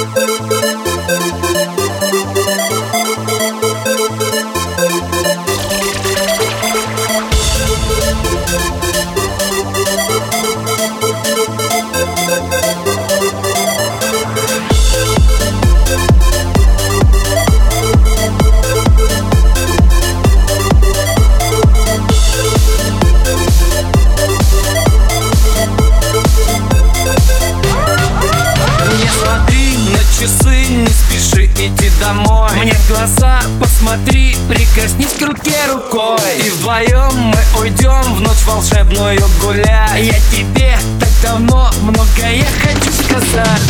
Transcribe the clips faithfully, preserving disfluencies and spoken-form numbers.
Часы, не спеши идти домой. Мне в глаза посмотри, прикоснись к руке рукой. И вдвоем мы уйдем в ночь волшебную гулять. Я тебе так давно многое хочу сказать.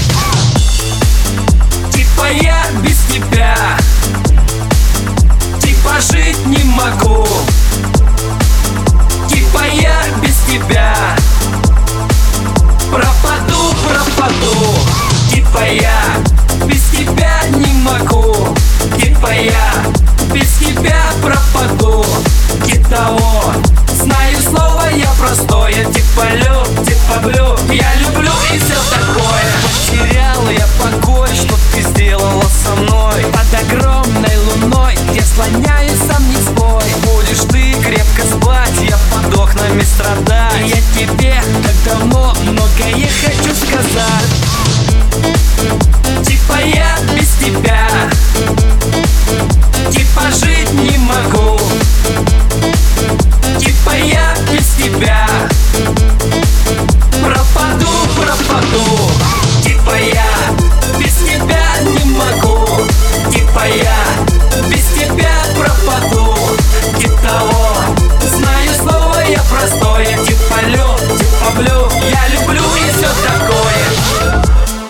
Типа я без тебя, типа жить не могу. Типа я без тебя пропаду, пропаду. Типа я без тебя не могу. Типа я без тебя пропаду. Типа того, знаю слово я простое. Типа лю, типа блю, я люблю и все такое. Потерял я покой, что ты сделала со мной. Под огромной луной я слоняюсь, сам не спой. Будешь ты крепко спать, я под окнами страдать. Я тебе так давно многое хочу сказать. Типа я без тебя, типа жить не могу. Типа я без тебя пропаду, пропаду. Типа я без тебя не могу. Типа я без тебя пропаду. Типа того, знаю слово я простое. Типа лю, типа блю, я люблю и все такое.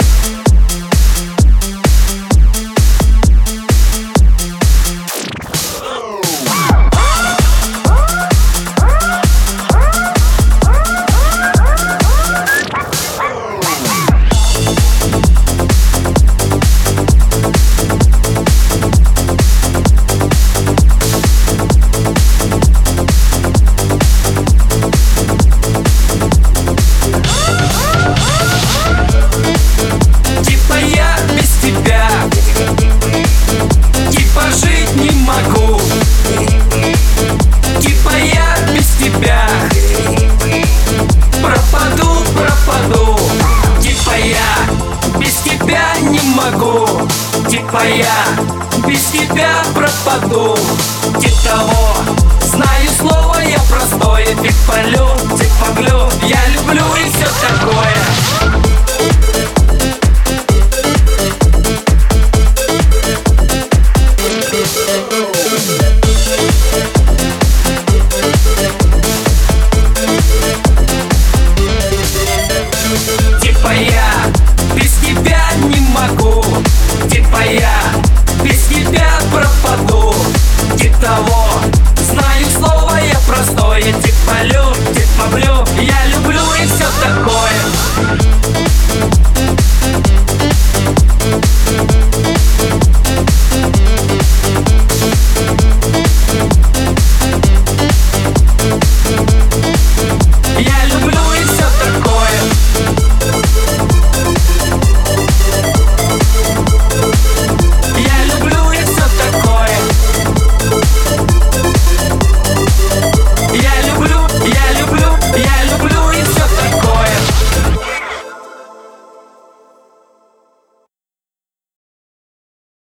Типа я без тебя пропаду. Типа того, знаю слово я простое. Типа лю, типа блю, я люблю и все такое.